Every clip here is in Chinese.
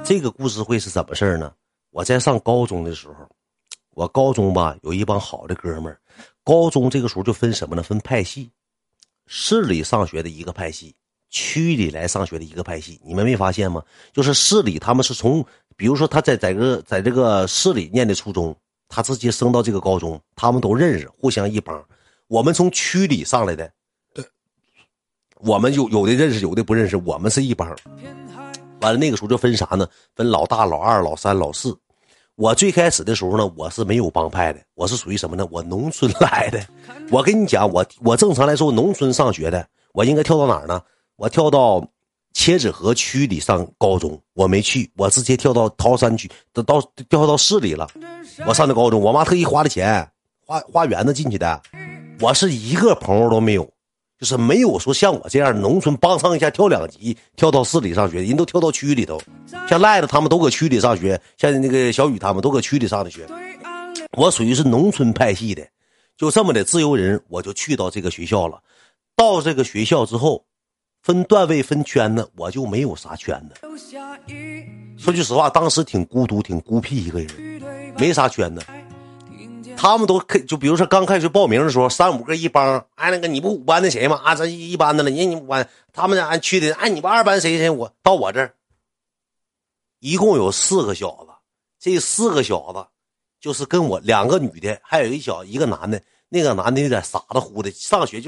这个故事会是怎么事呢？我在上高中的时候，我高中吧有一帮好的哥们儿，高中这个时候就分什么呢？分派系，市里上学的一个派系，区里来上学的一个派系。你们没发现吗？就是市里他们是从，比如说他在这个市里念的初中，他直接升到这个高中，他们都认识，互相一帮。我们从区里上来的，我们有的认识，有的不认识，我们是一帮。完了那个时候就分啥呢？分老大、老二、老三、老四。我最开始的时候呢，我是没有帮派的，我是属于什么呢？我农村来的。我跟你讲，我正常来说农村上学的，我应该跳到哪儿呢？我跳到茄子河区里上高中，我没去，我直接跳到桃山区，跳到市里了。我上的高中，我妈特意花的钱，花园子进去的。我是一个朋友都没有。就是没有说像我这样农村帮上一下跳2级跳到市里上学，人都跳到区里头，像赖子他们都搁区里上学，像那个小雨他们都搁区里上的学。我属于是农村派系的，就这么的自由人，我就去到这个学校了。到这个学校之后，分段位分圈子，我就没有啥圈子。说句实话，当时挺孤独挺孤僻一个人，没啥圈子。他们都就比如说刚开始报名的时候，3、5个一帮，哎，那个你不5班的谁吗？啊，这1班的了，你5班，他们按去的，哎，你不2班谁，我到我这儿，一共有4个小子，这4个小子就是跟我2个女的，还有一个男的，那个男的有点傻的乎的，上学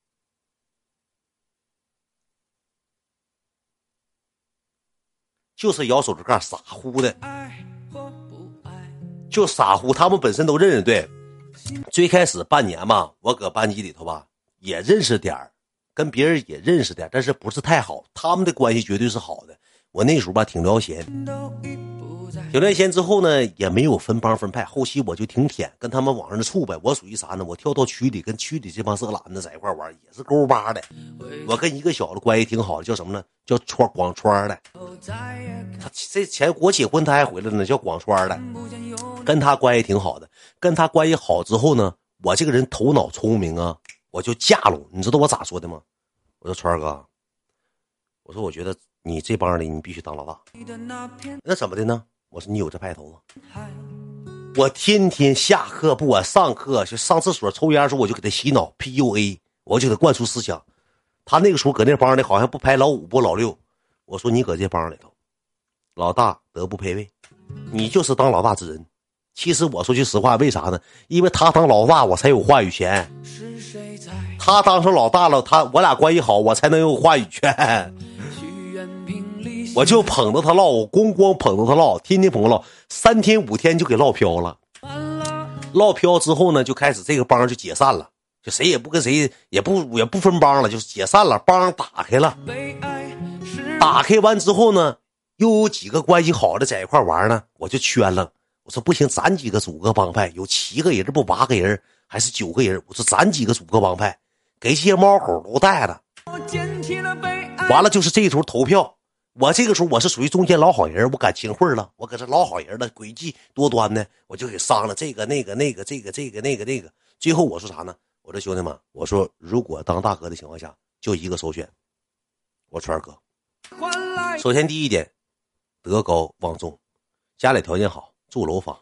就是摇手指盖傻乎的。就傻乎，他们本身都认识。对，最开始半年吧，我搁班级里头吧也认识点儿，跟别人也认识点，但是不是太好。他们的关系绝对是好的。我那时候吧挺聊闲之后呢，也没有分帮分派。后期我就挺舔，跟他们往上处呗。我属于啥呢？我跳到区里，跟区里这帮色懒子在一块玩，也是勾巴的。我跟一个小子关系挺好的，叫什么呢？叫广川的。他这前我结婚他还回来了呢，叫广川的。跟他关系挺好的，跟他关系好之后呢，我这个人头脑聪明啊，我就架拢。你知道我咋说的吗？我说川哥，我说我觉得你这帮的你必须当老大。那怎么的呢？我说你有这派头啊。我天天下课不管上课就上厕所抽烟的时候，我就给他洗脑 PUA， 我就给他灌输思想。他那个时候搁那帮里好像不排老5不老6，我说你搁这帮里头，老大德不配位，你就是当老大之人。其实我说句实话，为啥呢？因为他当老大，我才有话语权。他当成老大了，我俩关系好，我才能有话语权。我就捧着他唠，我光捧着他唠，天天捧着唠，3天5天就给唠飘了。唠飘之后呢，就开始这个帮就解散了，就谁也不跟谁也不分帮了，就是解散了，帮打开了。打开完之后呢，又有几个关系好的在一块玩呢，我就圈了。我说不行，咱几个组个帮派，有7个人不8个人还是9个人，我说咱几个组个帮派，给这些猫狗都带了。完了就是这时候投票，我这个时候我是属于中间老好人，我敢清会了，我搁这老好人了，诡计多端的，我就给商了这个那个这个那个。最后我说啥呢？我说兄弟们，我说如果当大哥的情况下，就一个首选，我川哥。首先第一点，德高望重，家里条件好，住楼房。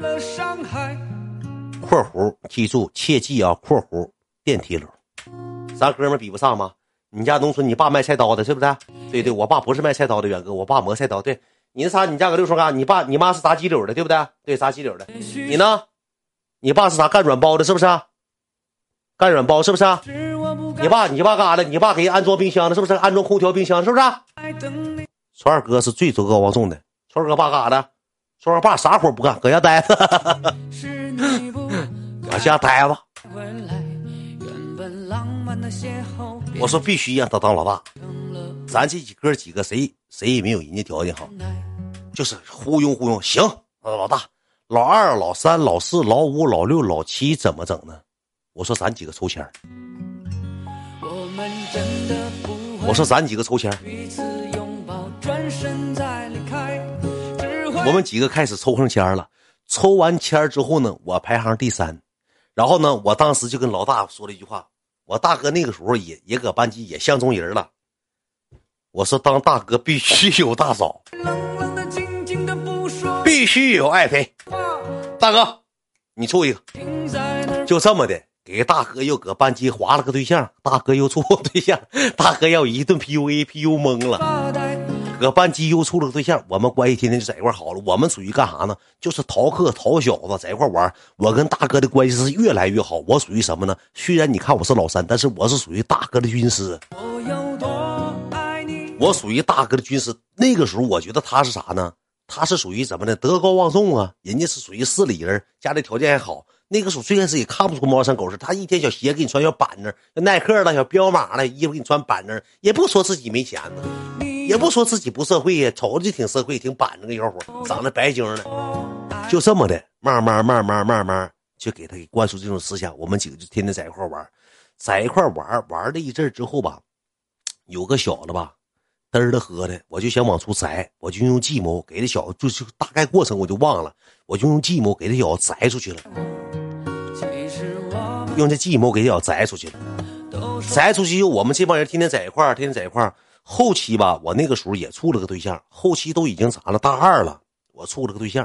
括弧记住切记啊，括弧电梯楼。咱哥们比不上吗？你家农村你爸卖菜刀的是不是？对对，我爸不是卖菜刀的，远哥，我爸磨菜刀。对，你那啥，你家搁6顺嘎，你妈是炸鸡柳的，对不对？对，炸鸡柳的。你呢？你爸是啥干软包的，是不是？干软包是不是？你爸干啥的？你爸给人安装冰箱的，是不是？安装空调冰箱是不是？川二哥是最德高望重的。川二哥爸干啥的？川二爸啥活不干，搁家待着。搁家待着。我说必须让他当老大，咱这哥几个谁也没有人家条件好，就是忽悠。行，老大、老2、老3、老4、老5、老6、老7怎么整呢？我说咱几个抽签。我说咱几个抽签。我们几个开始抽上签了。抽完签之后呢，我排行第3。然后呢，我当时就跟老大说了一句话。我大哥那个时候也搁班级也相中人了。我说当大哥必须有大嫂。 必须有爱妃。大哥，你处一个。就这么的，给大哥又搁班级划了个对象，大哥又处对象，大哥要一顿 PUA，PU 懵了。搁班级又处了个对象，我们关系天天就在一块好了。我们属于干啥呢？就是逃课逃小子，在一块玩。我跟大哥的关系是越来越好。我属于什么呢？虽然你看我是老三，但是我是属于大哥的军师。我属于大哥的军师。那个时候我觉得他是啥呢？他是属于怎么的？德高望重啊，人家是属于市里人，家里条件还好。那个时候最开始也看不出猫山狗屎，他一天小鞋给你穿小板正，耐克的小彪马的衣服给你穿板正，也不说自己没钱呢，也不说自己不社会呀，瞅着就挺社会，挺板正个小伙，长得白净的。就这么的，慢慢就给他给灌输这种思想。我们几个就天天在一块玩，在一块玩了一阵之后吧，有个小子吧，嘚儿的喝的，我就想往出摘，我就用计谋给这小子，就大概过程我就忘了，我就用计谋给这小子摘出去了。用这计谋给小子摘出去了，摘出去就我们这帮人天天在一块儿。后期吧，我那个时候也处了个对象，后期都已经咋了，大二了，我处了个对象。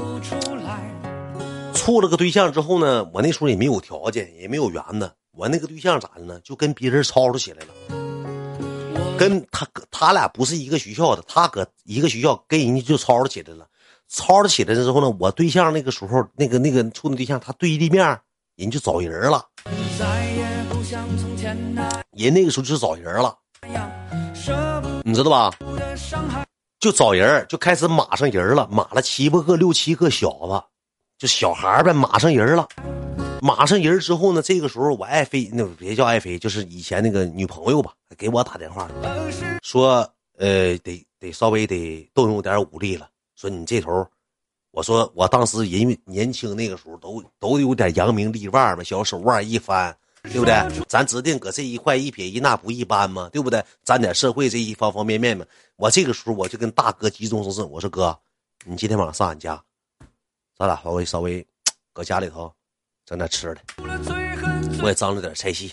处了个对象之后呢，我那时候也没有条件，也没有缘子。我那个对象咋的呢？就跟别人吵吵起来了。跟他俩不是一个学校的，他搁一个学校跟人家就吵吵起来了。吵吵起来之后呢，我对象那个时候那个处的对象，他对立面人就找人了。人那个时候就找人了，你知道吧？就找人，就开始码上人了，码了7、8个、6、7个小子，就小孩呗，码上人了。码上人之后呢，这个时候我爱妃，那别叫爱妃，就是以前那个女朋友吧，给我打电话说，得稍微得动用点武力了。说你这头，我说我当时人年轻那个时候都有点扬名立万嘛，小手腕一翻，对不对？咱指定搁这一块一撇一捺不一般嘛，对不对？咱点社会这一方方面面嘛。我这个时候我就跟大哥急中生智，我说哥，你今天晚上上俺家，咱俩稍微搁家里头整点吃的，我也张罗点菜系，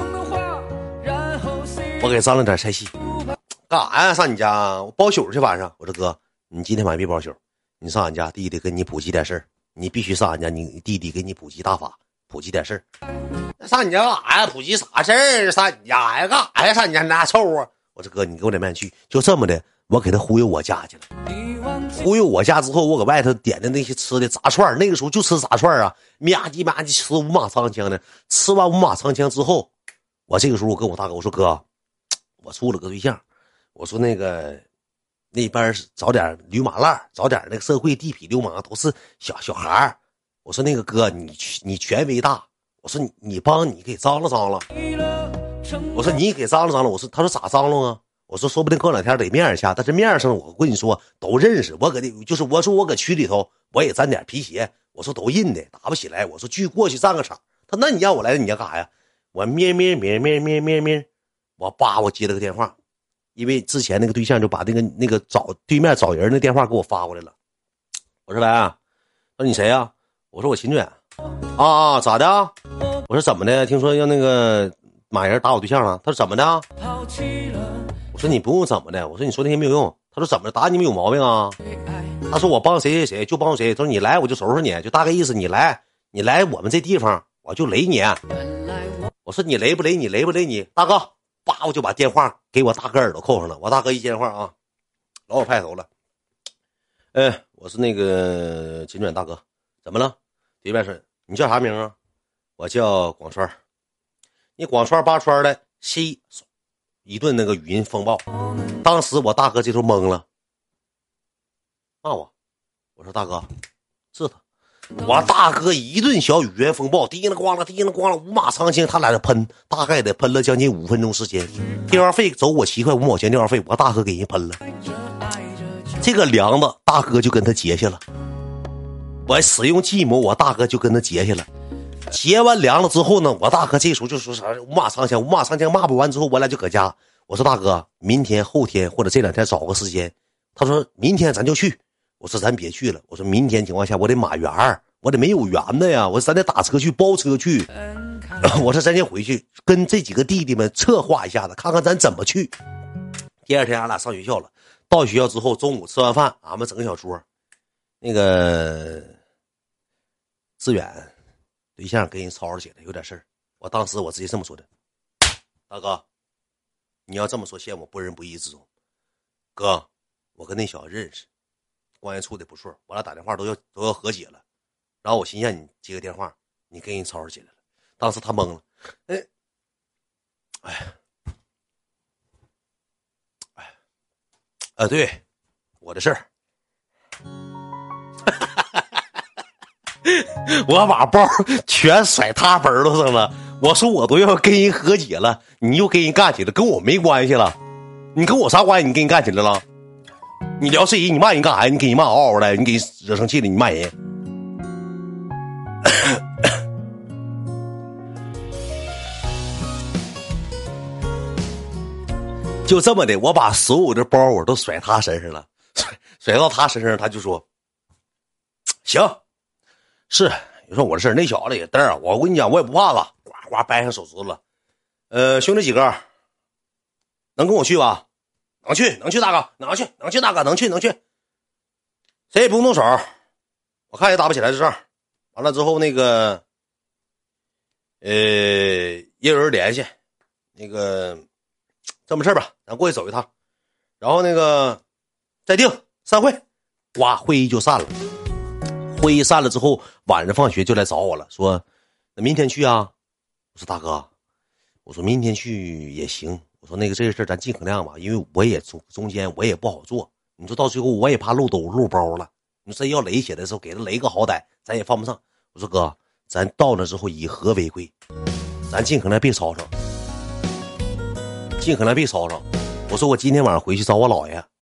干啥呀？上你家我包宿去晚上。我说哥，你今天晚上别包宿，你上俺家，弟弟跟你普及点事儿，你必须上俺家，你弟弟给你普及大法，普及点事儿。上你家干啥呀？普及啥事儿？上你家呀？干啥呀？上你家那臭啊！我说哥，你给我点面去。就这么的，我给他忽悠我家去了。忽悠我家之后，我搁外头点的那些吃的炸串，那个时候就吃炸串啊，吧唧吃五马长枪的。吃完五马长枪之后，我这个时候我跟我大哥我说哥，我处了个对象，我说那边找点驴马烂，找点那个社会地痞流氓，都是小孩。我说那个哥，你权威大，我说你帮你给张罗张罗，我说你给张罗张罗，我说他说咋张罗啊？我说说不定过两天得面下，但是面上我跟你说都认识，我搁就是我说我搁区里头我也沾点皮鞋，我说都印的打不起来，我说去过去站个场。他那你让我来你要干啥呀？我咩，我接了个电话，因为之前那个对象就把那个找对面找人的电话给我发过来了。我说来啊，说你谁啊？我说我秦卷啊，咋的啊？我说怎么的？听说要那个马人打我对象了。他说怎么的？我说你不用怎么的，我说你说那些没有用。他说怎么的？打你们有毛病啊？他说我帮谁就帮谁。他说你来我就收拾你，就大概意思你来我们这地方我就雷你。我说你雷不雷你大哥，叭我就把电话给我大哥耳朵扣上了。我大哥一接电话啊，老有派头了。我是那个秦卷大哥，怎么了？对面说你叫啥名啊？我叫广川。你广川八川的西一顿那个语音风暴，当时我大哥这头懵了，骂我说大哥是他。我大哥一顿小语言风暴，滴了咣了五马长枪，他俩就喷，大概得喷了将近5分钟时间。电话费走我7块5毛钱电话费，我大哥给人喷了。这个梁子大哥就跟他结下了，我使用计谋，我大哥就跟他结下了。结完梁了之后呢，我大哥这时候就说啥五马长枪骂不完之后，我俩就搁家。我说大哥，明天后天或者这2天找个时间。他说明天咱就去。我说咱别去了，我说明天情况下我得码圆，我得没有圆的呀，我说咱得打车去包车去。我说咱先回去跟这几个弟弟们策划一下子，看看咱怎么去。第2天俺俩上学校了，到学校之后中午吃完饭，俺们整个小桌， 那个志远对象跟人吵吵起来，有点事儿。我当时我直接这么说的：大哥，你要这么说，陷我不仁不义之中。哥，我跟那小子认识，关系处的不错，我俩打电话都要和解了。然后我心想你接个电话，你跟人吵吵起来了。当时他懵了，对，我的事儿。我把包全甩他本儿上了。我说我都要跟人和解了，你又跟人干起来，跟我没关系了。你跟我啥关系？你跟人干起来了？你聊谁？你骂人干啥呀？你给人骂嗷嗷的，你给人惹生气了，你骂人。就这么的，我把所有的包我都甩他身上了，甩到他身上，他就说：“行，是你说我的事儿。”那小子也嘚儿，我跟你讲，我也不怕了，呱呱掰上手指头了。兄弟几个，能跟我去吧？能去，能去，大哥，能去，能去，大哥，能去，能去。谁也不用动手，我看也打不起来这仗。完了之后，那个，也有人联系，那个。这么事吧，咱过去走一趟，然后那个再定散会，哇，会议就散了。会议散了之后，晚上放学就来找我了，说那明天去啊。我说大哥，我说明天去也行。我说那个这个事咱尽可量吧，因为我也中间我也不好做。你说到最后我也怕漏包了，你说真要垒起来的时候给他垒个好歹，咱也放不上。我说哥，咱到那之后以和为贵，咱尽可能别吵吵。尽可能别吵吵。我说我今天晚上回去找我姥爷，